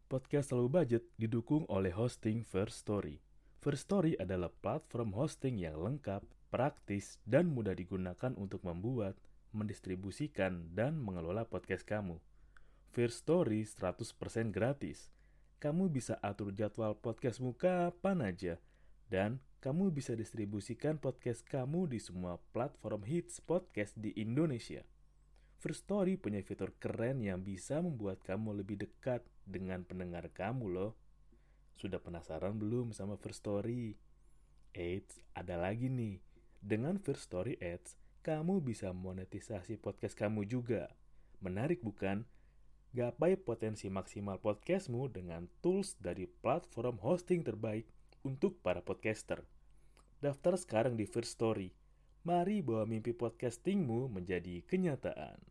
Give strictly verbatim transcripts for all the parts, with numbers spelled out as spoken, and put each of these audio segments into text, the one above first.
Podcast Selalu Budget didukung oleh hosting First Story. First Story adalah platform hosting yang lengkap, praktis, dan mudah digunakan untuk membuat, mendistribusikan, dan mengelola podcast kamu. First Story seratus persen gratis. Kamu bisa atur jadwal podcastmu kapan aja. Dan kamu bisa distribusikan podcast kamu di semua platform hits podcast di Indonesia. First Story punya fitur keren yang bisa membuat kamu lebih dekat dengan pendengar kamu loh. Sudah penasaran belum sama First Story? Eits, ada lagi nih. Dengan First Story Ads, kamu bisa monetisasi podcast kamu juga. Menarik bukan? Gapai potensi maksimal podcastmu dengan tools dari platform hosting terbaik untuk para podcaster. Daftar sekarang di First Story. Mari bawa mimpi podcastingmu menjadi kenyataan.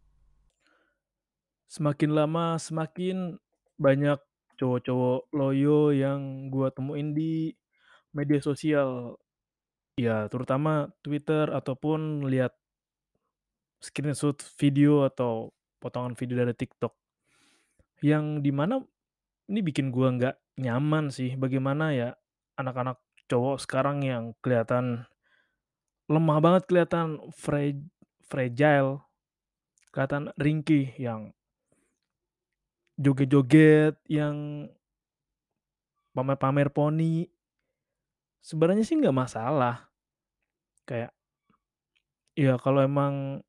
Semakin lama semakin banyak cowok-cowok loyo yang gua temuin di media sosial. Ya, terutama Twitter ataupun lihat screenshot video atau potongan video dari TikTok. Yang di mana ini bikin gua nggak nyaman sih, bagaimana ya anak-anak cowok sekarang yang kelihatan lemah banget, kelihatan frag fragile, kelihatan ringkih, yang joget-joget, yang pamer-pamer poni. Sebenarnya sih nggak masalah, kayak, ya kalau emang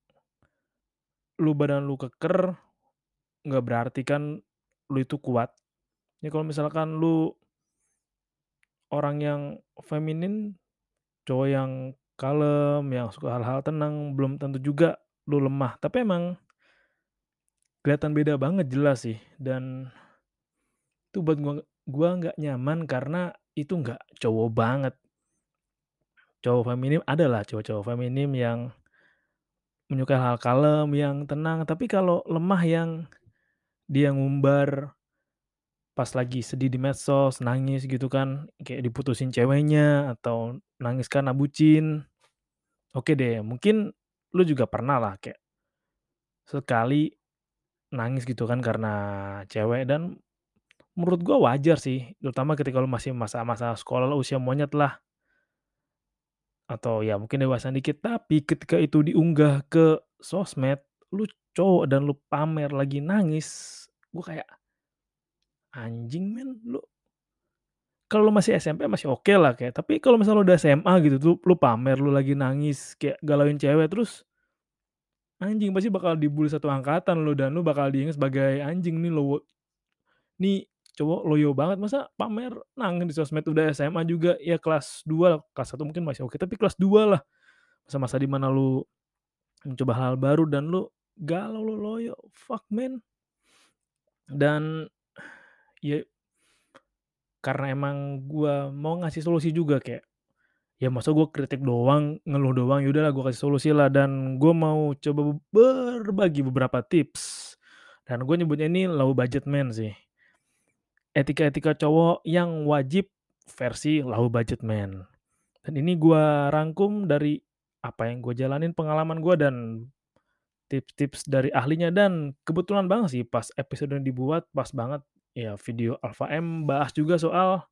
lu badan lu keker, nggak berarti kan lu itu kuat. Ya kalau misalkan lu orang yang feminin, cowok yang kalem, yang suka hal-hal tenang, belum tentu juga lu lemah. Tapi emang kelihatan beda banget jelas sih, dan itu buat gua gua nggak nyaman karena itu nggak cowok banget. Cowok feminim adalah cowok-cowok feminim yang menyukai hal kalem, yang tenang, tapi kalau lemah yang dia ngumbar pas lagi sedih di medsos, nangis gitu kan, kayak diputusin ceweknya atau nangis karena bucin, oke deh, mungkin lu juga pernah lah kayak sekali nangis gitu kan karena cewek, dan menurut gua wajar sih, terutama ketika lu masih masa-masa sekolah, usia monyet lah, atau ya mungkin dewasa dikit. Tapi ketika itu diunggah ke sosmed, lu cowok dan lu pamer lagi nangis, gua kayak, "Anjing men, lu kalau lu masih S M P masih oke lah kayak, tapi kalau misalnya lu udah S M A gitu tuh, lu pamer lu lagi nangis kayak galauin cewek, terus anjing pasti bakal dibully satu angkatan lu, dan lu bakal diingat sebagai anjing nih lowo nih cowok loyo banget, masa pamer nangis di sosmed, udah S M A juga ya kelas dua, kelas satu mungkin masih oke, tapi kelas dua lah, masa-masa di mana lu mencoba hal baru dan lu galau, lu loyo, fuck man. Dan ya karena emang gua mau ngasih solusi juga kayak, ya masa gue kritik doang, ngeluh doang, ya udahlah gue kasih solusi lah, dan gue mau coba berbagi beberapa tips, dan gue nyebutnya ini low budget man sih. Etika-etika cowok yang wajib versi low budget man. Dan ini gue rangkum dari apa yang gue jalanin, pengalaman gue, dan tips-tips dari ahlinya, dan kebetulan banget sih pas episode yang dibuat pas banget ya video Alpha M bahas juga soal,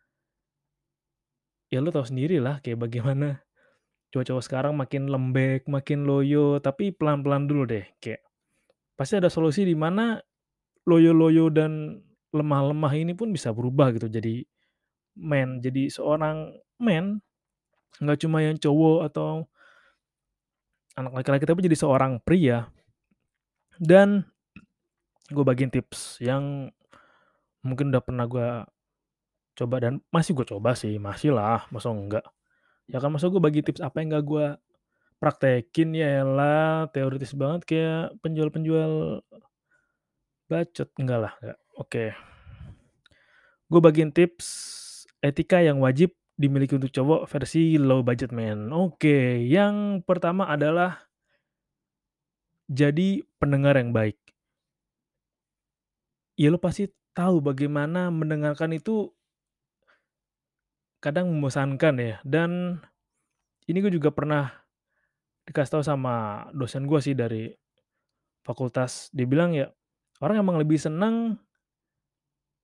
ya lu tahu sendirilah kayak bagaimana cowok-cowok sekarang makin lembek, makin loyo, tapi pelan-pelan dulu deh, kayak pasti ada solusi di mana loyo-loyo dan lemah-lemah ini pun bisa berubah gitu jadi man, jadi seorang man, nggak cuma yang cowok atau anak laki-laki, tapi jadi seorang pria. Dan gue bagiin tips yang mungkin udah pernah gue coba dan masih gue coba sih, masih lah, masa enggak. Ya kan masa gue bagi tips apa yang nggak gue praktekin, yaelah teoritis banget kayak penjual-penjual bacot, enggak lah, enggak. Oke, gue bagiin tips etika yang wajib dimiliki untuk cowok versi low budget man. Oke, yang pertama adalah jadi pendengar yang baik. Ya lu pasti tahu bagaimana mendengarkan itu kadang membosankan ya, dan ini gue juga pernah dikasih tahu sama dosen gue sih dari fakultas, dia bilang ya, orang emang lebih senang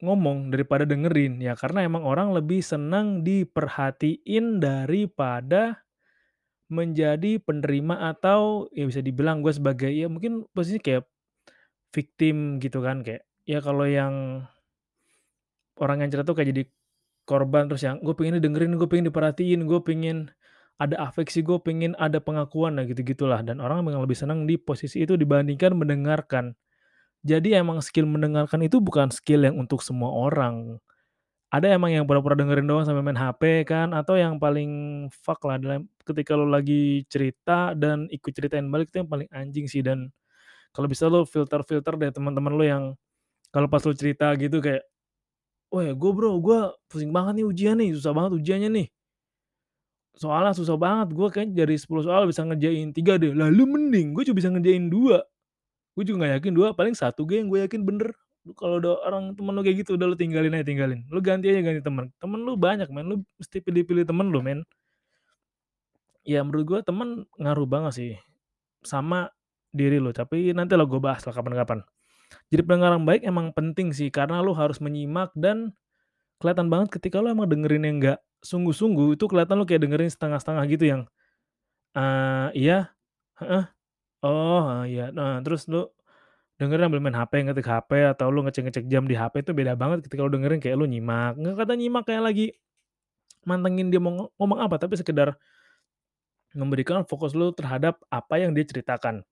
ngomong daripada dengerin. Ya karena emang orang lebih senang diperhatiin daripada menjadi penerima atau ya bisa dibilang gue sebagai ya mungkin posisinya kayak victim gitu kan, kayak ya kalau yang orang yang cerita tuh kayak jadi korban terus yang, "Gue pengen didengerin, gue pengen diperhatiin, gue pengen ada afeksi, gue pengen ada pengakuan." Nah gitu-gitulah dan orang memang lebih senang di posisi itu dibandingkan mendengarkan. Jadi emang skill mendengarkan itu bukan skill yang untuk semua orang. Ada emang yang pura-pura dengerin doang sambil main H P kan, atau yang paling fuck lah dalam ketika lu lagi cerita dan ikut ceritain balik itu yang paling anjing sih dan kalau bisa lu filter-filter deh teman-teman lu yang kalau pas lu cerita gitu kayak, "Weh, gue Bro, gue pusing banget nih ujian nih, susah banget ujiannya nih. Soalnya susah banget, gue kayaknya dari sepuluh soal bisa ngerjain tiga deh." Lah lu mending gue cuma bisa ngerjain dua. Gue juga nggak yakin dua, paling satu ge yang gue yakin bener. Lu kalau ada orang temen lu kayak gitu, udah lu tinggalin aja, tinggalin. Lu ganti aja ganti temen. Temen lu banyak men, lu mesti pilih-pilih temen lu men. Ya menurut gue temen ngaruh banget sih, sama diri lu, tapi nantilah gue bahas lah kapan-kapan. Jadi pendengar yang baik emang penting sih, karena lu harus menyimak dan kelihatan banget ketika lu emang dengerin yang nggak sungguh-sungguh, itu kelihatan lu kayak dengerin setengah-setengah gitu yang, eee, "Iya? Heeh? Oh, heeh, iya." Nah, terus lu dengerin sambil main H P, ngetik H P, atau lu ngecek-ngecek jam di H P itu beda banget ketika lu dengerin kayak lu nyimak. Nggak kata nyimak kayak lagi mantengin dia mau ngo ngomong apa, tapi sekedar memberikan fokus lu terhadap apa yang dia ceritakan.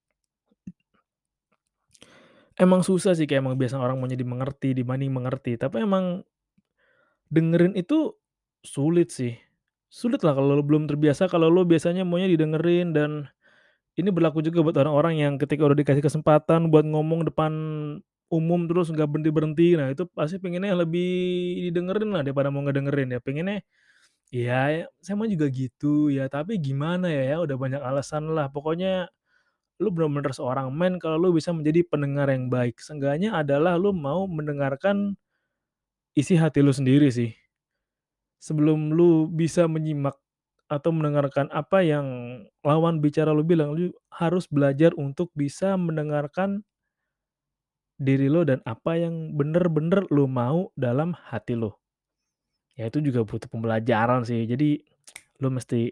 Emang susah sih kayak emang biasa orang maunya dimengerti dibanding mengerti, tapi emang dengerin itu sulit sih. Sulit lah kalau lu belum terbiasa, kalau lu biasanya maunya didengerin dan ini berlaku juga buat orang-orang yang ketika udah dikasih kesempatan buat ngomong depan umum terus nggak berhenti-berhenti, nah itu pasti pengennya lebih didengerin lah daripada mau ngedengerin ya, pengennya, "Ya, saya mah juga gitu, ya tapi gimana ya, ya udah banyak alasan lah." Pokoknya lu bener-bener seorang man kalau lu bisa menjadi pendengar yang baik. Seenggaknya adalah lu mau mendengarkan isi hati lu sendiri sih. Sebelum lu bisa menyimak atau mendengarkan apa yang lawan bicara lu bilang, lu harus belajar untuk bisa mendengarkan diri lu dan apa yang bener-bener lu mau dalam hati lu. Ya itu juga butuh pembelajaran sih. Jadi lu mesti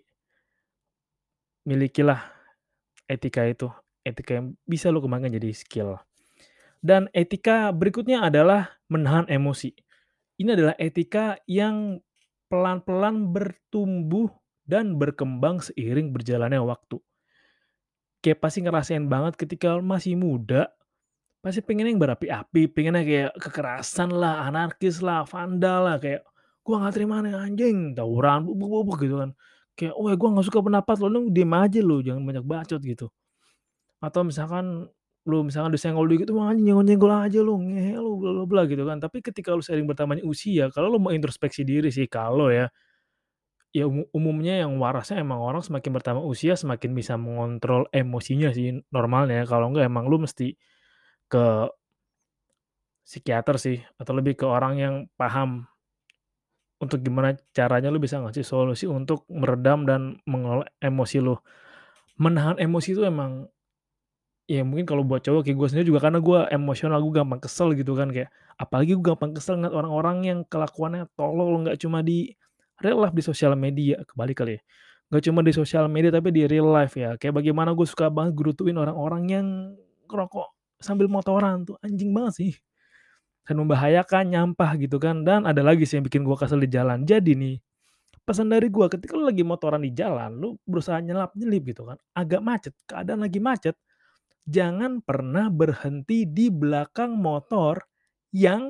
milikilah etika itu, etika yang bisa lu kembangkan jadi skill. Dan etika berikutnya adalah menahan emosi. Ini adalah etika yang pelan-pelan bertumbuh dan berkembang seiring berjalannya waktu. Kayak pasti ngerasain banget ketika masih muda, pasti pengennya yang berapi-api, pengennya kayak kekerasan lah, anarkis lah, vandal lah, kayak, "Gua nggak terima nih anjing," tawuran, buk buk buk buk gitu kan. Kayak, "Weh, gua nggak suka pendapat lo, lu diem aja lu, jangan banyak bacot," gitu. Atau misalkan lu misalkan disenggol dikit, "Wah anjing nyenggol-nyenggol aja lu, ngehe lu, bla bla bla," gitu kan. Tapi ketika lu seiring bertambahnya usia, kalau lu mau introspeksi diri sih, kalau ya, ya umu umumnya yang warasnya emang orang semakin bertambah usia semakin bisa mengontrol emosinya sih normalnya, kalau enggak emang lu mesti ke psikiater sih, atau lebih ke orang yang paham untuk gimana caranya lu bisa ngasih solusi untuk meredam dan mengelola emosi lu. Menahan emosi itu emang ya mungkin kalau buat cowok kayak gue sendiri juga karena gue emosional, gue gampang kesel gitu kan kayak apalagi gue gampang kesel ngeliat orang-orang yang kelakuannya tolol, nggak cuma di real life di sosial media, kebalik kali ya, nggak cuma di sosial media tapi di real life ya, kayak bagaimana gue suka banget gerutuin orang-orang yang ngerokok sambil motoran tuh anjing banget sih, dan membahayakan, nyampah gitu kan, dan ada lagi sih yang bikin gue kesel di jalan. Jadi nih, pesan dari gue ketika lu lagi motoran di jalan, lu berusaha nyelap-nyelip gitu kan, agak macet, keadaan lagi macet, jangan pernah berhenti di belakang motor yang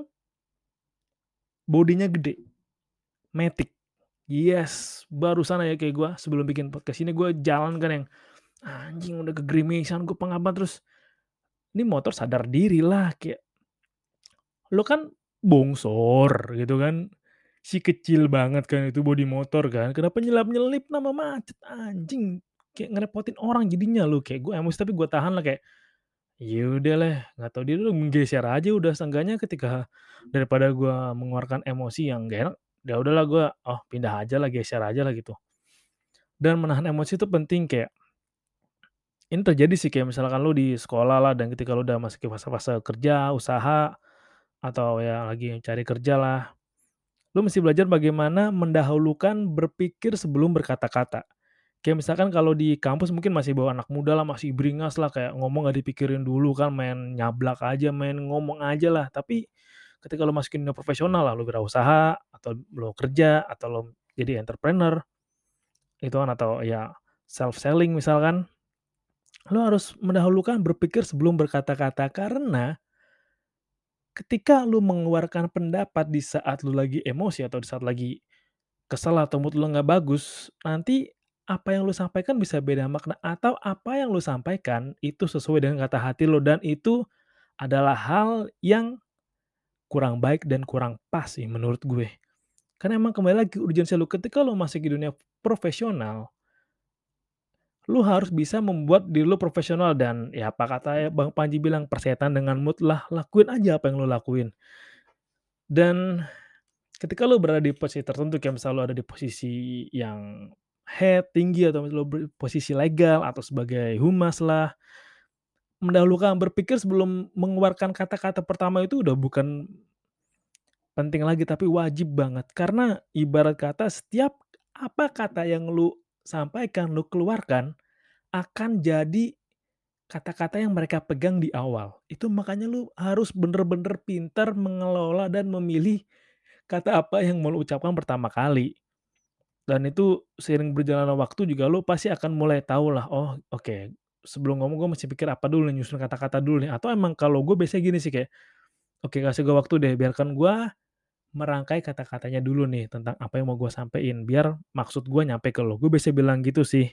bodinya gede, matic. Yes, barusan aja kayak gua sebelum bikin podcast ini gua jalan kan yang, anjing udah kegerimesan gua pengamat terus, ini motor sadar diri lah kayak, lo kan bongsor gitu kan, si kecil banget kan itu bodi motor kan, kenapa nyelap-nyelip nambah macet anjing, kayak ngerepotin orang jadinya lu, kayak gua emosi tapi gua tahan lah kayak, ya udahlah, nggak tahu diri lu menggeser aja udah seenggaknya ketika daripada gua mengeluarkan emosi yang nggak enak, ya udahlah gua, oh pindah aja lah, geser aja lah gitu. Dan menahan emosi itu penting kayak, ini terjadi sih kayak misalkan lu di sekolah lah dan ketika lu udah masuk ke fase-fase kerja, usaha, atau ya lagi cari kerja lah, lu mesti belajar bagaimana mendahulukan berpikir sebelum berkata-kata. Kayak misalkan kalau di kampus mungkin masih bawa anak muda lah, masih beringas lah, kayak ngomong nggak dipikirin dulu kan, main nyablak aja, main ngomong aja lah. Tapi ketika lu masukin dunia profesional lah, lu wirausaha, atau lu kerja, atau lu jadi entrepreneur, itu kan, atau ya self selling misalkan, lu harus mendahulukan berpikir sebelum berkata-kata. Karena ketika lu mengeluarkan pendapat di saat lu lagi emosi atau di saat lagi kesel atau mood lu nggak bagus, nanti apa yang lu sampaikan bisa beda makna atau apa yang lu sampaikan itu sesuai dengan kata hati lu dan itu adalah hal yang kurang baik dan kurang pas sih menurut gue. Karena emang kembali lagi urgensi lu ketika lu masuk di dunia profesional, lu harus bisa membuat diri lu profesional dan ya apa kata Bang Panji bilang, "Persetan dengan mood lah, lakuin aja apa yang lu lakuin." Dan ketika lu berada di posisi tertentu kayak misal lu ada di posisi yang head, tinggi, atau lu ber posisi legal atau sebagai humas lah, mendahulukan berpikir sebelum mengeluarkan kata-kata pertama itu udah bukan penting lagi, tapi wajib banget. Karena ibarat kata setiap apa kata yang lu sampaikan, lu keluarkan, akan jadi kata-kata yang mereka pegang di awal. Itu makanya lu harus bener-bener pintar mengelola dan memilih kata apa yang mau lu ucapkan pertama kali. Dan itu seiring berjalannya waktu juga lu pasti akan mulai tahu lah, "Oh, oke, sebelum ngomong gue mesti pikir apa dulu nih, nyusun kata-kata dulu nih." Atau emang kalau gue biasanya gini sih kayak, "Oke, kasih gue waktu deh, biarkan gue merangkai kata-katanya dulu nih tentang apa yang mau gue sampein, biar maksud gue nyampe ke lo." Gue biasa bilang gitu sih.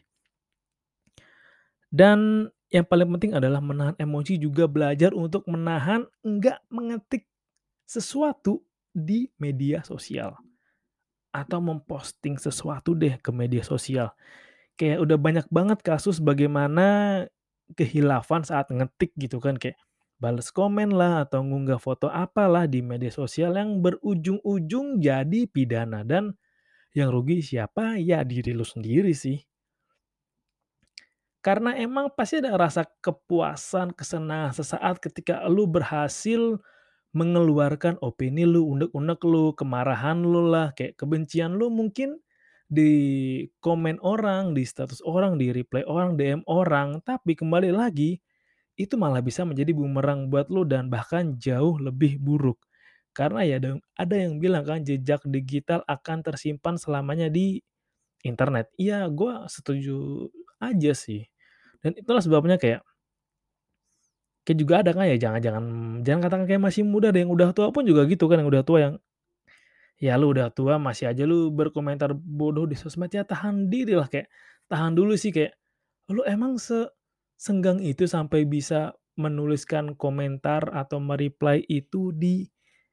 Dan yang paling penting adalah menahan emosi, juga belajar untuk menahan enggak mengetik sesuatu di media sosial atau memposting sesuatu deh ke media sosial. Kayak udah banyak banget kasus bagaimana kehilafan saat ngetik gitu kan, kayak bales komen lah atau ngunggah foto apalah di media sosial yang berujung-ujung jadi pidana dan yang rugi siapa? Ya diri lu sendiri sih. Karena emang pasti ada rasa kepuasan, kesenangan sesaat ketika lu berhasil mengeluarkan opini lu, unek-unek lu, kemarahan lu lah, kayak kebencian lu mungkin di komen orang, di status orang, di reply orang, D M orang, tapi kembali lagi, itu malah bisa menjadi bumerang buat lu dan bahkan jauh lebih buruk. Karena ya ada ada yang bilang kan jejak digital akan tersimpan selamanya di internet. Iya, gua setuju aja sih. Dan itulah sebabnya kayak kayak juga ada kan ya jangan jangan jangan katakan kayak masih muda deh, yang udah tua pun juga gitu kan, yang udah tua yang, "Ya lu udah tua masih aja lu berkomentar bodoh di sosmed, ya tahan diri lah," kayak tahan dulu sih kayak, lu emang se senggang itu sampai bisa menuliskan komentar atau me-reply itu di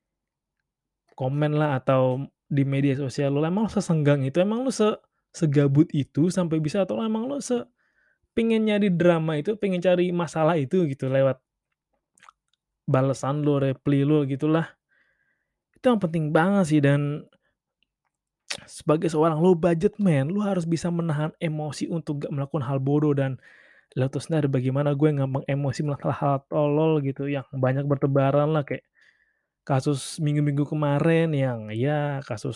komen lah atau di media sosial lu, emang lu sesenggang itu, emang lu se segabut itu sampai bisa atau emang lu se pengen nyari drama itu, pengen cari masalah itu gitu lewat balasan lu, reply lu gitulah. Itu yang penting banget sih dan sebagai seorang low budget man, lu harus bisa menahan emosi untuk gak melakukan hal bodoh dan lu tahu sendiri bagaimana gue gampang emosi melakukan hal tolol gitu yang banyak bertebaran lah, kayak kasus minggu-minggu kemarin yang ya kasus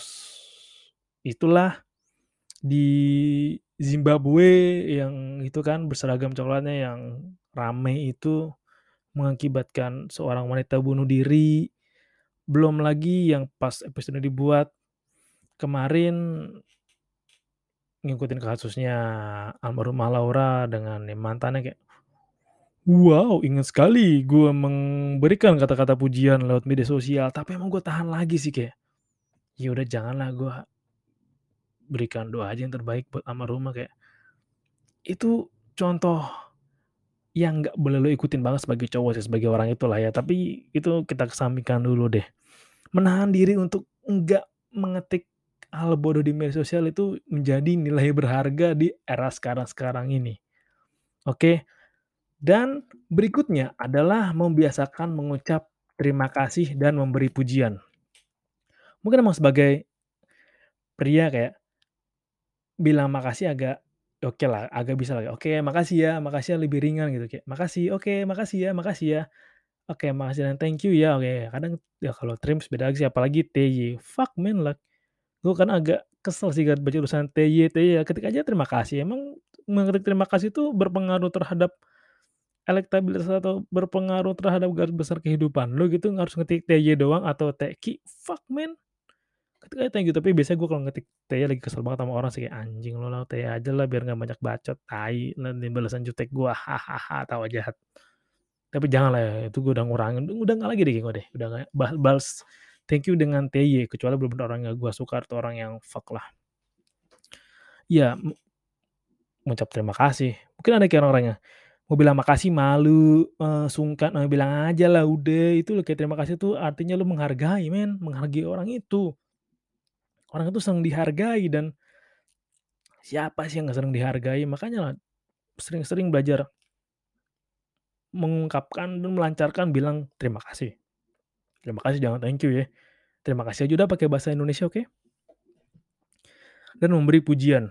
itulah di Zimbabwe yang itu kan berseragam coklatnya yang rame itu mengakibatkan seorang wanita bunuh diri. Belum lagi yang pas episode dibuat kemarin ngikutin kasusnya almarhumah Laura dengan yang mantannya kayak, wow, ingat sekali gue memberikan kata-kata pujian lewat media sosial, tapi emang gue tahan lagi sih kayak, ya udah janganlah, gue berikan doa aja yang terbaik buat almarhumah, kayak itu contoh yang nggak boleh lo ikutin banget sebagai cowok sih, sebagai orang itulah ya, tapi itu kita kesampingkan dulu deh. Menahan diri untuk enggak mengetik hal bodoh di media sosial itu menjadi nilai berharga di era sekarang-sekarang ini. Oke, dan berikutnya adalah membiasakan mengucap terima kasih dan memberi pujian. Mungkin emang sebagai pria kayak bilang makasih agak okelah, agak bisa lah, "Oke, makasih ya, makasih ya," lebih ringan gitu kayak, "Makasih, oke, makasih ya, makasih ya." Oke, makasih dan thank you ya, oke. Kadang ya kalau Trims beda lagi sih, apalagi T Y. Fuck man, like gue kan agak kesel sih kan baca tulisan T Y T Y, ya ketik aja terima kasih. Emang mengetik terima kasih itu berpengaruh terhadap elektabilitas atau berpengaruh terhadap garis besar kehidupan lu gitu, harus ngetik T Y doang atau T Q? Fuck man, ketik aja thank you. Tapi biasanya gue kalau ngetik T Y lagi kesel banget sama orang sih, kayak, "Anjing lu lah, T Y aja lah biar nggak banyak bacot, tai." Nanti balasan jutek gua, hahaha, tawa jahat. Tapi janganlah ya, itu gue udah ngurangin, udah nggak lagi deh gue deh, udah nggak ba bales thank you dengan T Y, kecuali bener-bener orang yang gue suka atau orang yang fuck lah. Ya, m ngucap terima kasih. Mungkin ada kayak orang-orangnya, mau bilang makasih malu, eee, sungkan, eee, bilang aja lah udah, itu loh kayak terima kasih tuh artinya lu menghargai men, menghargai orang itu. Orang itu senang dihargai dan siapa sih yang nggak senang dihargai? Makanya lah sering-sering belajar mengungkapkan dan melancarkan bilang terima kasih. Terima kasih jangan thank you ya. Terima kasih aja udah pakai bahasa Indonesia, oke? Dan memberi pujian.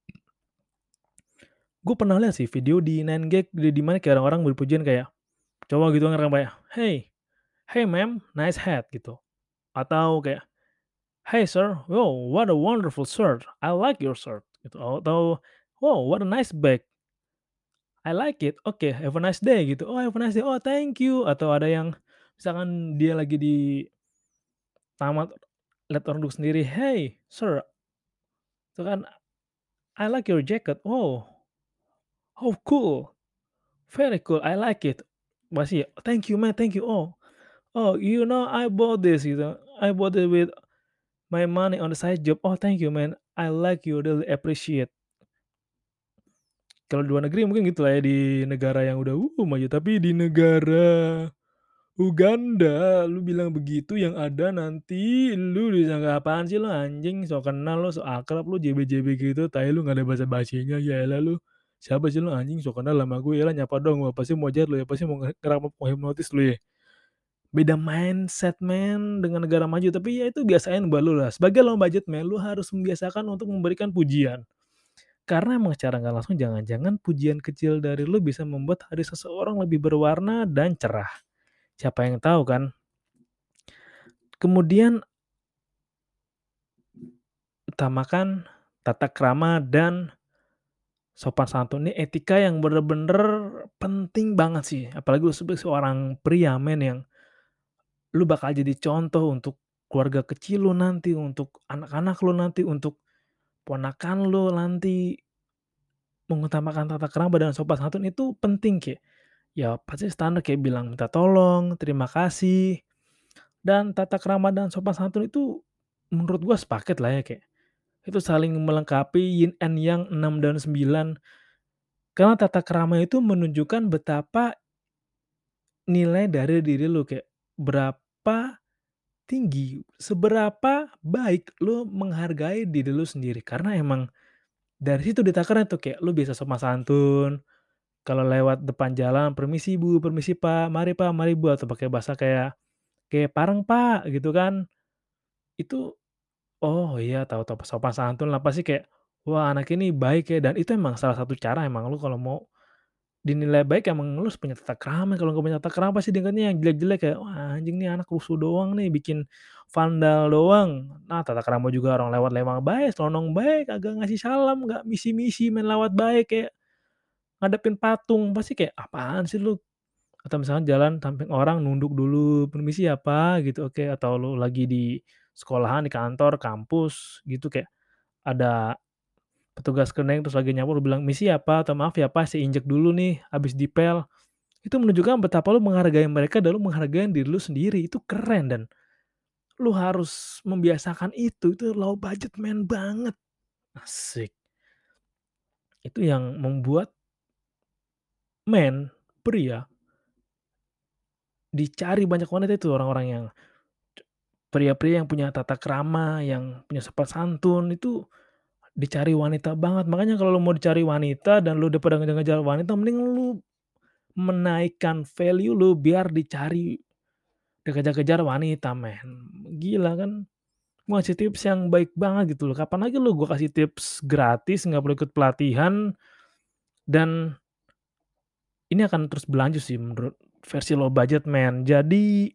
Gue pernah lihat sih video di nine gag di di mana kayak orang-orang beri pujian kayak cowok gitu kan ngerekam kayak, "Hey, hey ma'am, nice hat," gitu. Atau kayak, "Hey sir, wow what a wonderful shirt, I like your shirt," gitu. Atau, "Wow what a nice bag, I like it, okay have a nice day," gitu. "Oh have a nice day, oh thank you." Atau ada yang misalkan dia lagi di taman lihat orang duduk sendiri, "Hey sir," itu kan, "I like your jacket, oh, oh cool, very cool, I like it." Masih, "Thank you man, thank you, oh oh you know I bought this," gitu, "I bought it with my money on the side job, oh thank you man, I like you, really appreciate." Kalau di luar negeri mungkin gitu lah ya, di negara yang udah, uh, maju, tapi di negara Uganda lu bilang begitu yang ada nanti lu disangka apaan sih lu anjing, sok kenal lu, sok akrab lu, J B J B gitu, tai lu nggak ada basa-basinya, yaelah lu, siapa sih lu anjing sok kenal sama gue, yaelah nyapa dong, apa sih mau jahat lu ya, pasti mau nge ngerampok mau hipnotis lu ya. Beda mindset men dengan negara maju, tapi ya itu biasain buat lu lah, sebagai low budget man, lu harus membiasakan untuk memberikan pujian. Karena emang secara nggak langsung jangan-jangan pujian kecil dari lu bisa membuat hari seseorang lebih berwarna dan cerah. Siapa yang tahu kan? Kemudian utamakan tata krama dan sopan santun. Ini etika yang bener-bener penting banget sih, apalagi lu sebagai seorang pria men yang lu bakal jadi contoh untuk keluarga kecil lu nanti, untuk anak-anak lu nanti, untuk ponakan lu nanti. Mengutamakan tata krama dan sopan santun itu penting, kayak ya pasti standar kayak bilang minta tolong, terima kasih, dan tata krama dan sopan santun itu menurut gua sepaket lah ya, kayak itu saling melengkapi yin and yang, enam dan sembilan. Karena tata krama itu menunjukkan betapa nilai dari diri lu, kayak berapa tinggi, seberapa baik lu menghargai diri lu sendiri. Karena emang dari situ ditakarnya tuh kayak lu bisa sopan santun, kalau lewat depan jalan, "Permisi Bu, permisi Pak, mari Pak, mari Bu," atau pakai bahasa kayak kayak, "Pareng Pak," gitu kan. Itu, oh iya tahu-tahu sopan santun lah, pasti kayak, wah anak ini baik ya, dan itu emang salah satu cara emang lu kalau mau dinilai baik emang lu harus punya tata krama, kalau nggak punya tata krama pasti dianggapnya yang jelek-jelek kayak, "Wah anjing nih anak rusuh doang nih, bikin vandal doang." Nah tata krama juga orang lewat lewat bae, selonong bae, kagak ngasih salam, nggak misi-misi, main lewat bae kayak ngadepin patung, pasti kayak, "Apaan sih lu?" Atau misalkan jalan samping orang nunduk dulu, "Permisi ya Pak," gitu, oke. Atau lu lagi di sekolahan, di kantor, kampus gitu kayak ada petugas kening terus lagi nyapu lu bilang, "Misi ya Pak," atau, "Maaf ya Pak saya injek dulu nih habis dipel." Itu menunjukkan betapa lu menghargai mereka dan lu menghargai diri lu sendiri, itu keren dan lu harus membiasakan itu, itu low budget man banget. Asik. Itu yang membuat men, pria, dicari banyak wanita itu orang-orang yang pria-pria yang punya tata krama, yang punya sopan santun, itu dicari wanita banget. Makanya kalau lu mau dicari wanita dan lu daripada ngejar-ngejar wanita, mending lu menaikkan value lu biar dicari, dikejar-kejar wanita men. Gila kan, gua ngasih tips yang baik banget gitu loh. Kapan lagi lu gua kasih tips gratis, nggak perlu ikut pelatihan, dan ini akan terus berlanjut sih menurut versi low budget, men. Jadi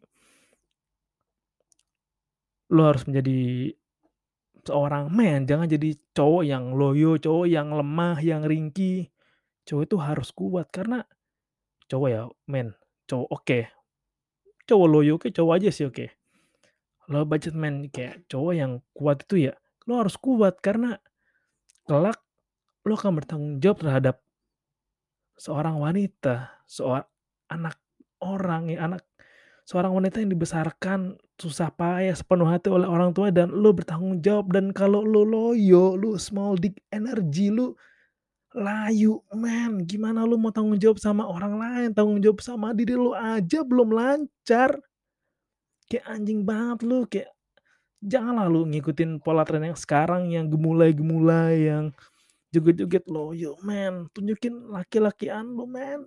lu harus menjadi seorang man, jangan jadi cowok yang loyo, cowok yang lemah, yang ringkih. Cowok itu harus kuat karena cowok ya, men, cowok oke, cowok loyo oke, cowok aja sih oke. Low budget man kayak cowok yang kuat itu ya, lu harus kuat karena kelak lu akan bertanggung jawab terhadap seorang wanita, seor anak orang ya, anak seorang wanita yang dibesarkan susah payah sepenuh hati oleh orang tua dan lu bertanggung jawab dan kalau lu loyo, lu small dick energy, lu layu, men, gimana lu mau tanggung jawab sama orang lain, tanggung jawab sama diri lu aja belum lancar. Kayak anjing banget lu, kayak janganlah lu ngikutin pola tren yang sekarang yang gemulai-gemulai, yang joget-joget loyo, men, tunjukin laki-lakian lu, men.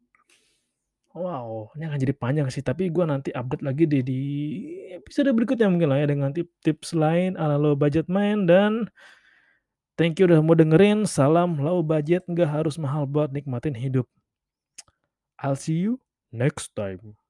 Wow, ini akan jadi panjang sih, tapi gua nanti update lagi deh di episode berikutnya mungkin lah ya dengan tips-tips lain ala low budget man dan thank you udah mau dengerin. Salam low budget, nggak harus mahal buat nikmatin hidup. I'll see you next time.